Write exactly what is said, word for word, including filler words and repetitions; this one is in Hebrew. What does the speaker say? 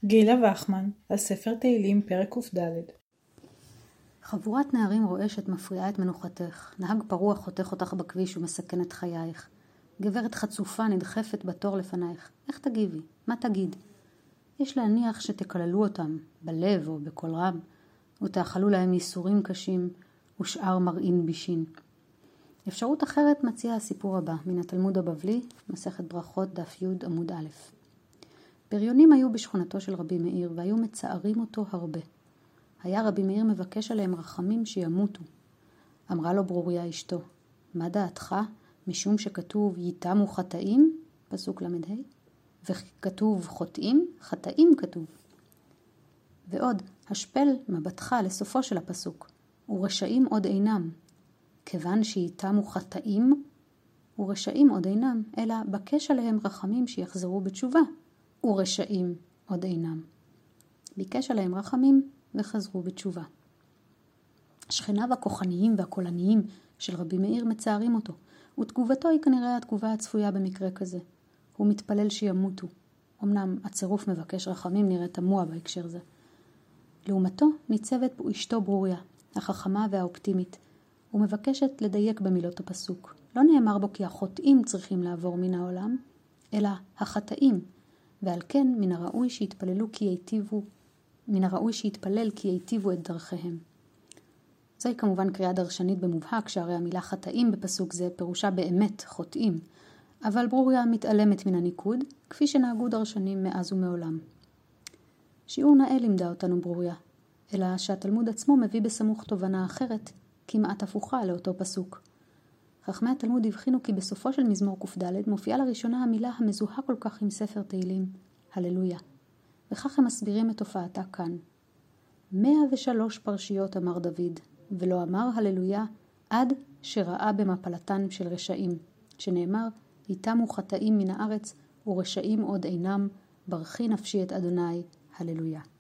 גילה וחמן, על ספר תהילים פרק ק"ד. חבורת נערים רועשת מפריעה את מנוחתך. נהג פרוע חותך אותך בכביש ומסכן את חייך. גברת חצופה נדחפת בתור לפנייך. איך תגיבי? מה תגיד? יש להניח שתקללו אותם, בלב או בקול רם, ותאכלו להם ייסורים קשים ושאר מרעין בישין. אפשרות אחרת מציע הסיפור הבא, מן התלמוד הבבלי, מסכת ברכות, דף י' עמוד א'. בריונים היו בשכונתו של רבי מאיר, והיו מצערים אותו הרבה. היה רבי מאיר מבקש עליהם רחמים שימותו. אמרה לו ברוריה אשתו, מה דעתך? משום שכתוב ייתמו חטאים, פסוק למד ה', וכתוב חוטאים, חטאים כתוב. ועוד, השפל מבטך לסופו של הפסוק, ורשעים עוד אינם. כיוון שייתמו חטאים, ורשעים עוד אינם, אלא בקש עליהם רחמים שיחזרו בתשובה, ורשעים עוד אינם. ביקש עליהם רחמים וחזרו בתשובה. שכניו הכוחניים והקולניים של רבי מאיר מצערים אותו, ותגובתו היא כנראה התגובה הצפויה במקרה כזה. הוא מתפלל שימותו. אמנם הצירוף מבקש רחמים נראה תמוה בהקשר זה. לעומתו ניצבת אשתו ברוריה, החכמה והאופטימית, ומבקשת לדייק במילות הפסוק. לא נאמר בו כי החוטאים צריכים לעבור מן העולם, אלא החטאים, ועל כן מן הראוי שיתפללו כי ייטיבו, מן הראוי שיתפלל כי ייטיבו את דרכיהם. זוהי כמובן קריאה דרשנית במובהק, שהרי המילה חטאים בפסוק זה פירושה באמת חוטאים, אבל ברוריה מתעלמת מן הניקוד, כפי שנהגו דרשנים מאז ומעולם. שיעור נאה לימדה אותנו ברוריה, אלא שהתלמוד עצמו מביא בסמוך תובנה אחרת, כמעט הפוכה לאותו פסוק. חכמי התלמוד הבחינו כי בסופו של מזמור ק"ד מופיעה לראשונה המילה המזוהה כל כך עם ספר תהילים, הללויה. וכך הם מסבירים את תופעתה כאן. מאה ושלוש פרשיות אמר דוד, ולא אמר הללויה עד שראה במפלתן של רשעים, שנאמר, ייתמו חטאים מן הארץ ורשעים עוד אינם, ברכי נפשי את אדוני, הללויה.